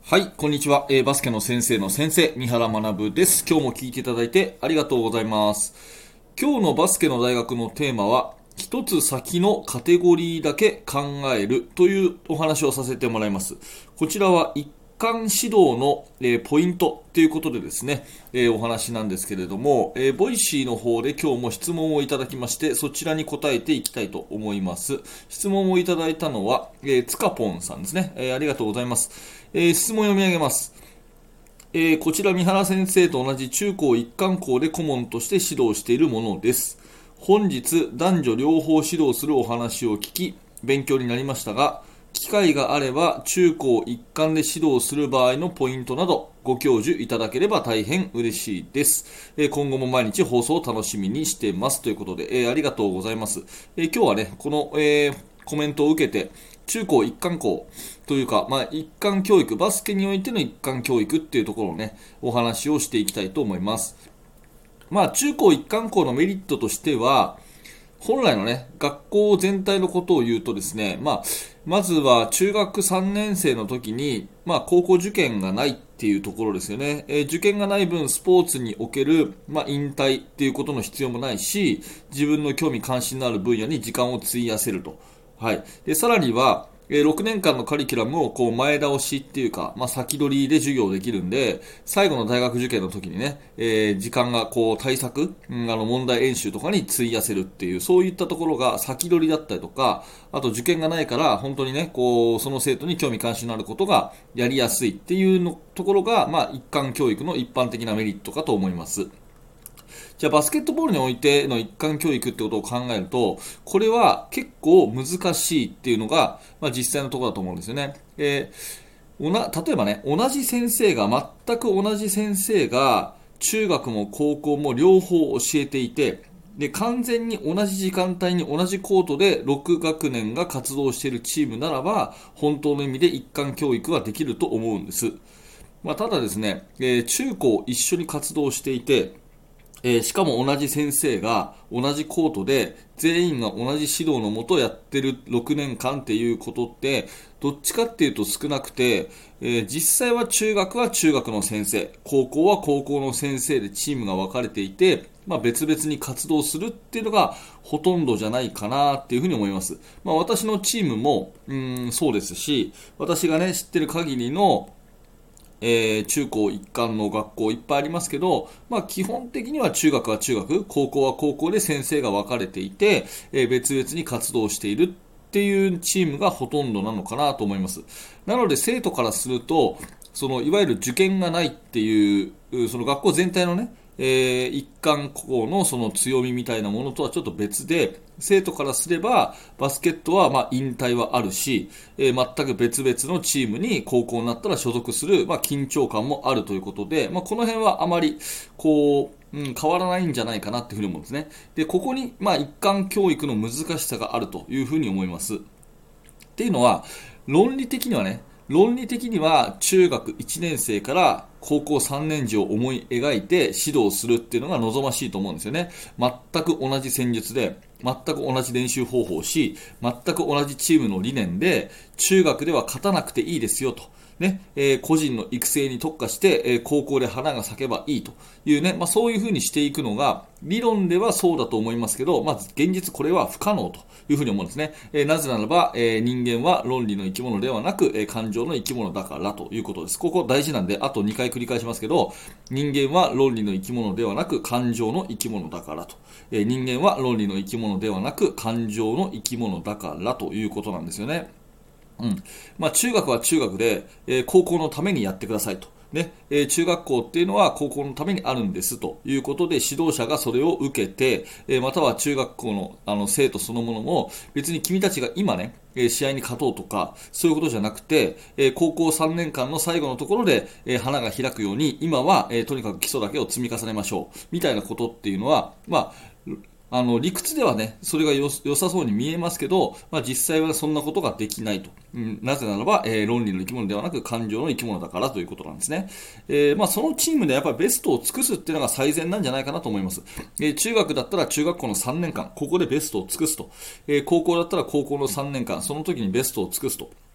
はい、こんにちは。バスケの先生の先生、三原学です。今日も聞いていただいてありがとうございます。今日のバスケの大学のテーマは、一つ先のカテゴリーだけ考えるというお話をさせてもらいます。こちらは一貫指導の、ポイントということでですね、お話なんですけれども、ボイシーの方で今日も質問をいただきまして、そちらに答えていきたいと思います。質問をいただいたのは、つかぽんさんですね、ありがとうございます。質問を読み上げます。こちら三原先生と同じ中高一貫校で顧問として指導しているものです。本日男女両方指導するお話を聞き勉強になりましたが、機会があれば中高一貫で指導する場合のポイントなどご教授いただければ大変嬉しいです。今後も毎日放送を楽しみにしてますということで、ありがとうございます。今日はねこの、コメントを受けて中高一貫校というか、一貫教育、バスケにおいての一貫教育っていうところをね、お話をしていきたいと思います。中高一貫校のメリットとしては、本来のね、学校全体のことを言うとですね、まずは中学3年生の時に、高校受験がないっていうところですよね。受験がない分、スポーツにおける、引退っていうことの必要もないし、自分の興味関心のある分野に時間を費やせると。はい。で、さらには、6年間のカリキュラムをこう前倒しっていうか、先取りで授業できるんで、最後の大学受験の時にね、時間がこう対策、問題演習とかに費やせるっていう、そういったところが先取りだったりとか、あと受験がないから本当にね、こう、その生徒に興味関心のあることがやりやすいっていうのところが、一貫教育の一般的なメリットかと思います。じゃあバスケットボールにおいての一貫教育ってことを考えると、これは結構難しいっていうのが、実際のところだと思うんですよね。例えばね、全く同じ先生が中学も高校も両方教えていて、で完全に同じ時間帯に同じコートで6学年が活動しているチームならば、本当の意味で一貫教育はできると思うんです。ただですね、中高一緒に活動していて、しかも同じ先生が同じコートで全員が同じ指導のもとやってる6年間っていうことってどっちかっていうと少なくて、実際は中学は中学の先生、高校は高校の先生でチームが分かれていて、別々に活動するっていうのがほとんどじゃないかなっていうふうに思います。私のチームもそうですし、私がね知ってる限りの中高一貫の学校いっぱいありますけど、基本的には中学は中学、高校は高校で先生が分かれていて、別々に活動しているっていうチームがほとんどなのかなと思います。なので生徒からすると、いわゆる受験がないっていう、その学校全体のね、一貫校のその強みみたいなものとはちょっと別で、生徒からすればバスケットは引退はあるし、全く別々のチームに高校になったら所属する、緊張感もあるということで、この辺はあまりこう、変わらないんじゃないかなっていうふうに思うんですね。で、ここに一貫教育の難しさがあるというふうに思います。っていうのは、論理的には中学1年生から高校3年時を思い描いて指導するっていうのが望ましいと思うんですよね。全く同じ戦術で、全く同じ練習方法をし、全く同じチームの理念で、中学では勝たなくていいですよと。ね、個人の育成に特化して、高校で花が咲けばいいというね、そういう風にしていくのが、理論ではそうだと思いますけど、現実これは不可能という風に思うんですね。なぜならば、人間は論理の生き物ではなく、感情の生き物だからということです。ここ大事なんで、あと2回繰り返しますけど、人間は論理の生き物ではなく、感情の生き物だからと。人間は論理の生き物ではなく、感情の生き物だからということなんですよね。中学は中学で、高校のためにやってくださいと。ね、中学校っていうのは高校のためにあるんですということで指導者がそれを受けて、または中学校の、生徒そのものも別に君たちが今ね、試合に勝とうとかそういうことじゃなくて、高校3年間の最後のところで、花が開くように今は、とにかく基礎だけを積み重ねましょうみたいなことっていうのは、理屈ではね、それが良さそうに見えますけど、実際はそんなことができないと。なぜならば、論理の生き物ではなく感情の生き物だからということなんですね。そのチームでやっぱりベストを尽くすっていうのが最善なんじゃないかなと思います。中学だったら中学校の3年間、ここでベストを尽くすと。高校だったら高校の3年間、その時にベストを尽くすと。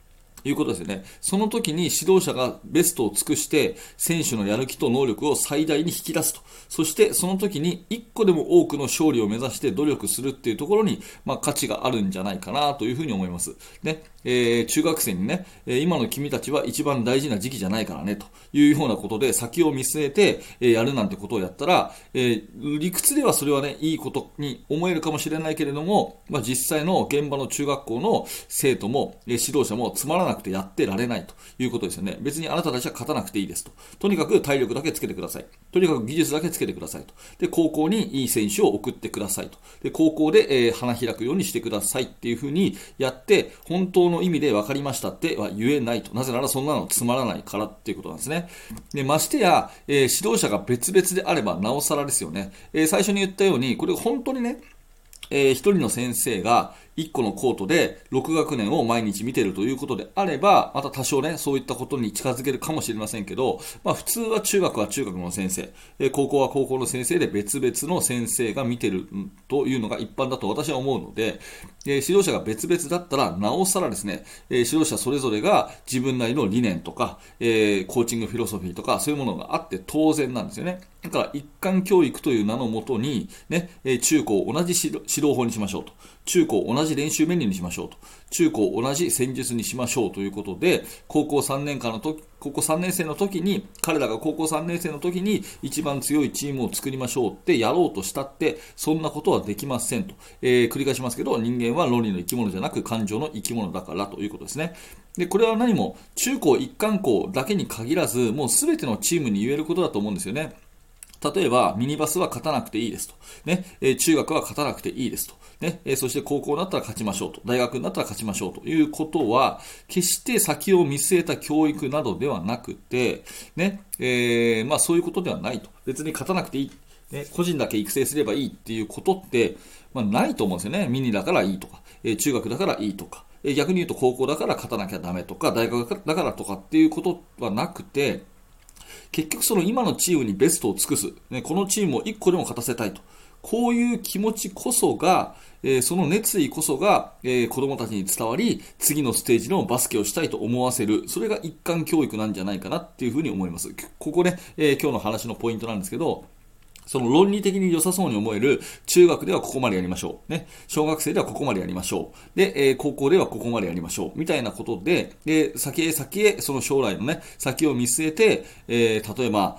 いうことですよね。その時に指導者がベストを尽くして選手のやる気と能力を最大に引き出すと。そしてその時に一個でも多くの勝利を目指して努力するっていうところに、価値があるんじゃないかなというふうに思います。ね、中学生にね、今の君たちは一番大事な時期じゃないからねというようなことで先を見据えて、やるなんてことをやったら、理屈ではそれはね、いいことに思えるかもしれないけれども、実際の現場の中学校の生徒も、指導者もつまらなくてやってられないということですよね。別にあなたたちは勝たなくていいですと。とにかく体力だけつけてください。とにかく技術だけつけてくださいと。で、高校にいい選手を送ってくださいと。で、高校で、花開くようにしてくださいっていうふうにやって、本当の意味で分かりましたっては言えないと。なぜならそんなのつまらないからっていうことなんですね。で、ましてや、指導者が別々であればなおさらですよね。最初に言ったように、これ本当にね、一人の先生が一個のコートで6学年を毎日見ているということであれば、また多少ね、そういったことに近づけるかもしれませんけど、普通は中学は中学の先生、高校は高校の先生で別々の先生が見ているというのが一般だと私は思うので、指導者が別々だったらなおさらですね、指導者それぞれが自分なりの理念とか、コーチングフィロソフィーとかそういうものがあって当然なんですよね。だから一貫教育という名のもとに、ね、中高同じ指導法にしましょうと。中高同じ練習メニューにしましょうと。中高同じ戦術にしましょうということで、高校3年生の時に、彼らが高校3年生の時に一番強いチームを作りましょうってやろうとしたって、そんなことはできませんと。繰り返しますけど、人間は論理の生き物じゃなく感情の生き物だからということですね。で、これは何も中高一貫校だけに限らず、もう全てのチームに言えることだと思うんですよね。例えば、ミニバスは勝たなくていいですと。ね、中学は勝たなくていいですと。ね、そして高校になったら勝ちましょうと。大学になったら勝ちましょうということは、決して先を見据えた教育などではなくて、ね、そういうことではないと。別に勝たなくていい。ね、個人だけ育成すればいいっていうことって、ないと思うんですよね。ミニだからいいとか、中学だからいいとか。逆に言うと高校だから勝たなきゃダメとか、大学だからとかっていうことはなくて、結局その今のチームにベストを尽くす、ね、このチームを1個でも勝たせたいと、こういう気持ちこそが、その熱意こそが、子供たちに伝わり、次のステージのバスケをしたいと思わせる、それが一貫教育なんじゃないかなっていうふうに思います。ここね、今日の話のポイントなんですけど、その論理的に良さそうに思える中学ではここまでやりましょう。ね。小学生ではここまでやりましょう。で、高校ではここまでやりましょう。みたいなことで、先へ、その将来のね、先を見据えて、例えば、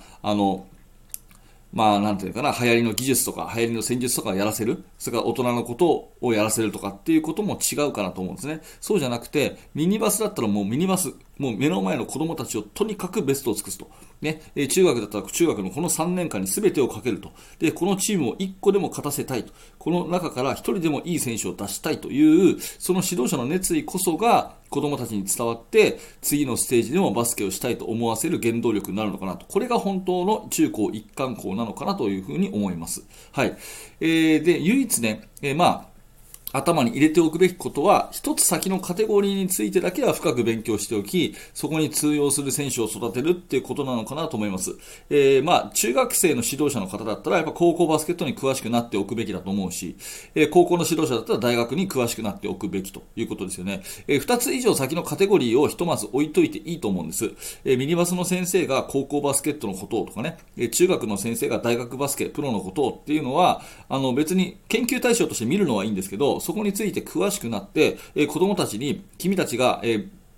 なんていうかな、流行りの技術とか、流行りの戦術とかをやらせる。それから大人のことをやらせるとかっていうことも違うかなと思うんですね。そうじゃなくて、ミニバスだったらもうミニバス、もう目の前の子供たちをとにかくベストを尽くすと。ね、中学だったら中学のこの3年間に全てをかけると。で、このチームを1個でも勝たせたいと。この中から1人でもいい選手を出したいという、その指導者の熱意こそが子供たちに伝わって、次のステージでもバスケをしたいと思わせる原動力になるのかなと。これが本当の中高一貫校なのかなというふうに思います。はい。で、唯一ね、頭に入れておくべきことは、一つ先のカテゴリーについてだけは深く勉強しておき、そこに通用する選手を育てるっていうことなのかなと思います。中学生の指導者の方だったら、やっぱ高校バスケットに詳しくなっておくべきだと思うし、高校の指導者だったら大学に詳しくなっておくべきということですよね。二つ以上先のカテゴリーをひとまず置いといていいと思うんです。ミニバスの先生が高校バスケットのことをとかね、中学の先生が大学バスケ、プロのことをっていうのは、別に研究対象として見るのはいいんですけど、そこについて詳しくなって、子供たちに君たちが、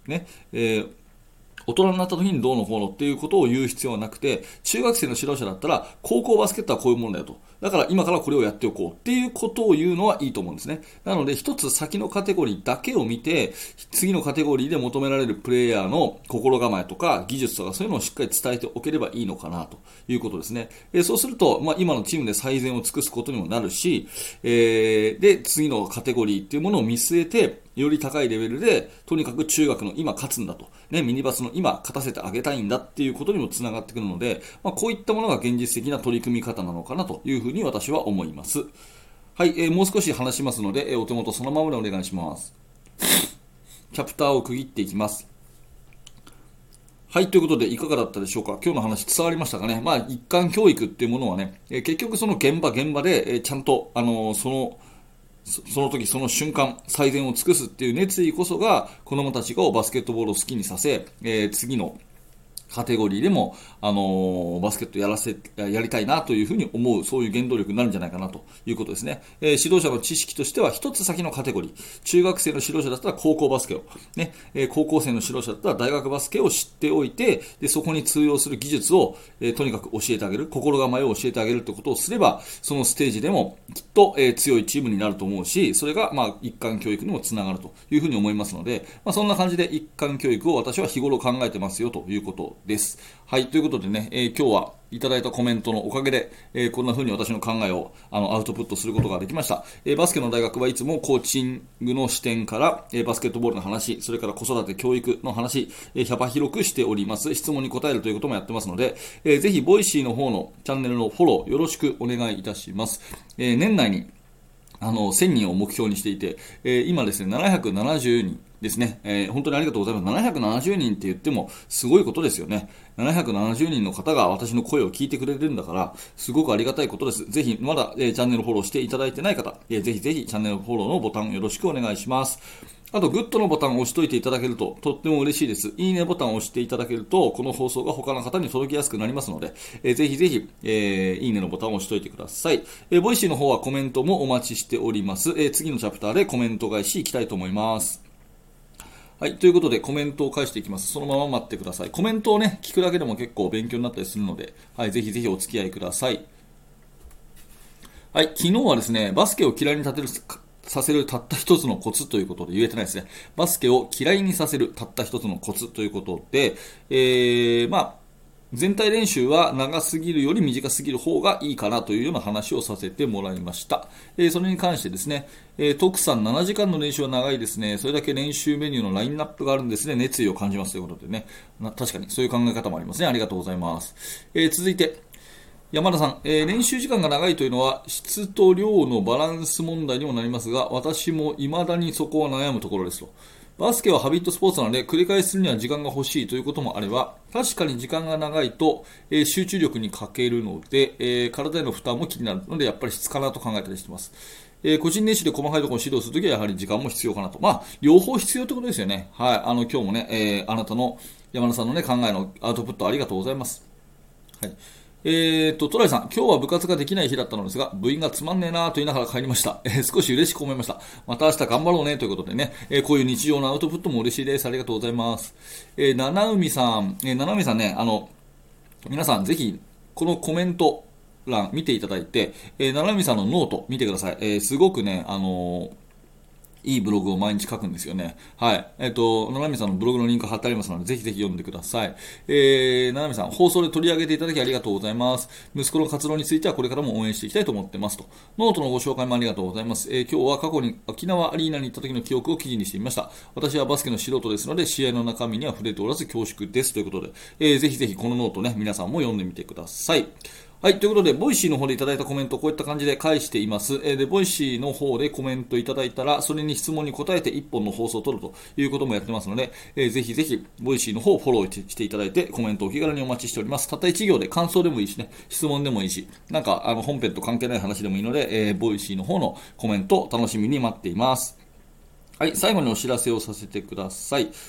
大人になった時にどうのこうのっていうことを言う必要はなくて、中学生の指導者だったら高校バスケットはこういうものだよと。だから今からこれをやっておこうっていうことを言うのはいいと思うんですね。なので一つ先のカテゴリーだけを見て、次のカテゴリーで求められるプレイヤーの心構えとか技術とかそういうのをしっかり伝えておければいいのかなということですね。そうすると、今のチームで最善を尽くすことにもなるし、で、次のカテゴリーっていうものを見据えて、より高いレベルで、とにかく中学の今勝つんだと。ね、ミニバスの今勝たせてあげたいんだっていうことにもつながってくるので、こういったものが現実的な取り組み方なのかなというふうに私は思います。はい、もう少し話しますので、お手元そのままでお願いします。チャプターを区切っていきます。はい、ということでいかがだったでしょうか。今日の話伝わりましたかね。一貫教育っていうものはね、結局その現場で、ちゃんと、そのその時その瞬間最善を尽くすっていう熱意こそが子供たちがバスケットボールを好きにさせ、次のカテゴリーでも、バスケットやりたいなというふうに思う、そういう原動力になるんじゃないかなということですね。指導者の知識としては、一つ先のカテゴリー。中学生の指導者だったら高校バスケを、ね、高校生の指導者だったら大学バスケを知っておいて、で、そこに通用する技術を、とにかく教えてあげる、心構えを教えてあげるということをすれば、そのステージでもきっと、強いチームになると思うし、それが、一貫教育にもつながるというふうに思いますので、そんな感じで一貫教育を私は日頃考えてますよということです。はい、ということでね、今日はいただいたコメントのおかげで、こんな風に私の考えをアウトプットすることができました。バスケの大学はいつもコーチングの視点から、バスケットボールの話、それから子育て教育の話、幅広くしております。質問に答えるということもやってますので、ぜひボイシーの方のチャンネルのフォローよろしくお願いいたします。年内に1000人を目標にしていて、今ですね、770人ですね、本当にありがとうございます。770人って言ってもすごいことですよね。770人の方が私の声を聞いてくれてるんだから、すごくありがたいことです。ぜひ、まだ、チャンネルフォローしていただいてない方、ぜひぜひチャンネルフォローのボタンよろしくお願いします。あと、グッドのボタンを押しといていただけるととっても嬉しいです。いいねボタンを押していただけると、この放送が他の方に届きやすくなりますので、ぜひぜひ、いいねのボタンを押しといてください。ボイシーの方はコメントもお待ちしております。次のチャプターでコメント返しいきたいと思います。はい。ということで、コメントを返していきます。そのまま待ってください。コメントをね、聞くだけでも結構勉強になったりするので、はい。ぜひぜひお付き合いください。はい。昨日はですね、バスケを嫌いにさせるたった一つのコツということで言えてないですね。バスケを嫌いにさせるたった一つのコツということで、全体練習は長すぎるより短すぎる方がいいかなというような話をさせてもらいました。それに関してですね、徳さん7時間の練習は長いですね。それだけ練習メニューのラインナップがあるんですね。熱意を感じますということでね。確かにそういう考え方もありますね。ありがとうございます。続いて、山田さん、練習時間が長いというのは質と量のバランス問題にもなりますが、私も未だにそこは悩むところですと。バスケはハビットスポーツなので繰り返しするには時間が欲しいということもあれば、確かに時間が長いと、集中力に欠けるので、体への負担も気になるので、やっぱり質かなと考えたりしています。個人練習で細かいところを指導するときはやはり時間も必要かなと。両方必要ということですよね。はい。今日もね、あなたの山田さんのね、考えのアウトプットありがとうございます。はい。トライさん、今日は部活ができない日だったのですが、部員がつまんねえなと言いながら帰りました。少し嬉しく思いました。また明日頑張ろうねということでね、こういう日常のアウトプットも嬉しいです。ありがとうございます。七海さん、ね、皆さんぜひ、このコメント欄見ていただいて、七海さんのノート見てください。すごくね、いいブログを毎日書くんですよね。はい。ななみさんのブログのリンク貼ってありますので、ぜひぜひ読んでください。ななみさん、放送で取り上げていただきありがとうございます。息子の活動についてはこれからも応援していきたいと思ってますと。ノートのご紹介もありがとうございます。今日は過去に沖縄アリーナに行った時の記憶を記事にしてみました。私はバスケの素人ですので、試合の中身には触れておらず恐縮です。ということで、ぜひぜひこのノートね、皆さんも読んでみてください。はい。ということで、ボイシーの方でいただいたコメント、こういった感じで返しています。で、ボイシーの方でコメントいただいたら、それに質問に答えて1本の放送を取るということもやってますので、ぜひぜひ、ボイシーの方をフォローしていただいて、コメントをお気軽にお待ちしております。たった1行で感想でもいいしね、質問でもいいし、なんか、本編と関係ない話でもいいので、ボイシーの方のコメント、楽しみに待っています。はい。最後にお知らせをさせてください。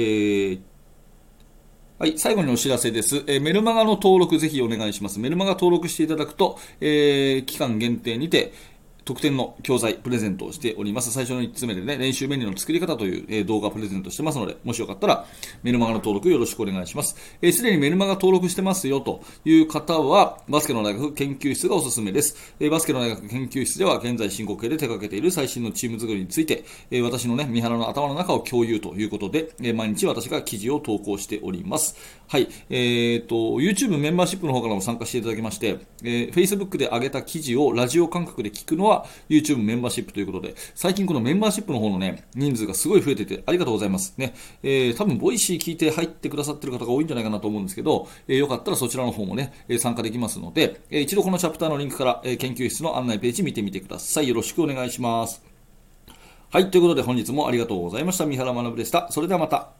はい、最後にお知らせです。メルマガの登録ぜひお願いします。メルマガ登録していただくと、期間限定にて、特典の教材プレゼントをしております。最初の3つ目でね、練習メニューの作り方という、動画プレゼントしてますので、もしよかったらメルマガの登録よろしくお願いします。すでにメルマガ登録してますよという方は、バスケの大学研究室がおすすめです。バスケの大学研究室では現在進行形で手掛けている最新のチーム作りについて、私のね、三原の頭の中を共有ということで、毎日私が記事を投稿しております。はい。YouTube メンバーシップの方からも参加していただきまして、Facebook で上げた記事をラジオ感覚で聞くのは YouTube メンバーシップということで、最近このメンバーシップの方のね、人数がすごい増えててありがとうございますね。多分ボイシー聞いて入ってくださってる方が多いんじゃないかなと思うんですけど、よかったらそちらの方もね、参加できますので、一度このチャプターのリンクから、研究室の案内ページ見てみてください。よろしくお願いします。はい。ということで本日もありがとうございました。三原学でした。それではまた。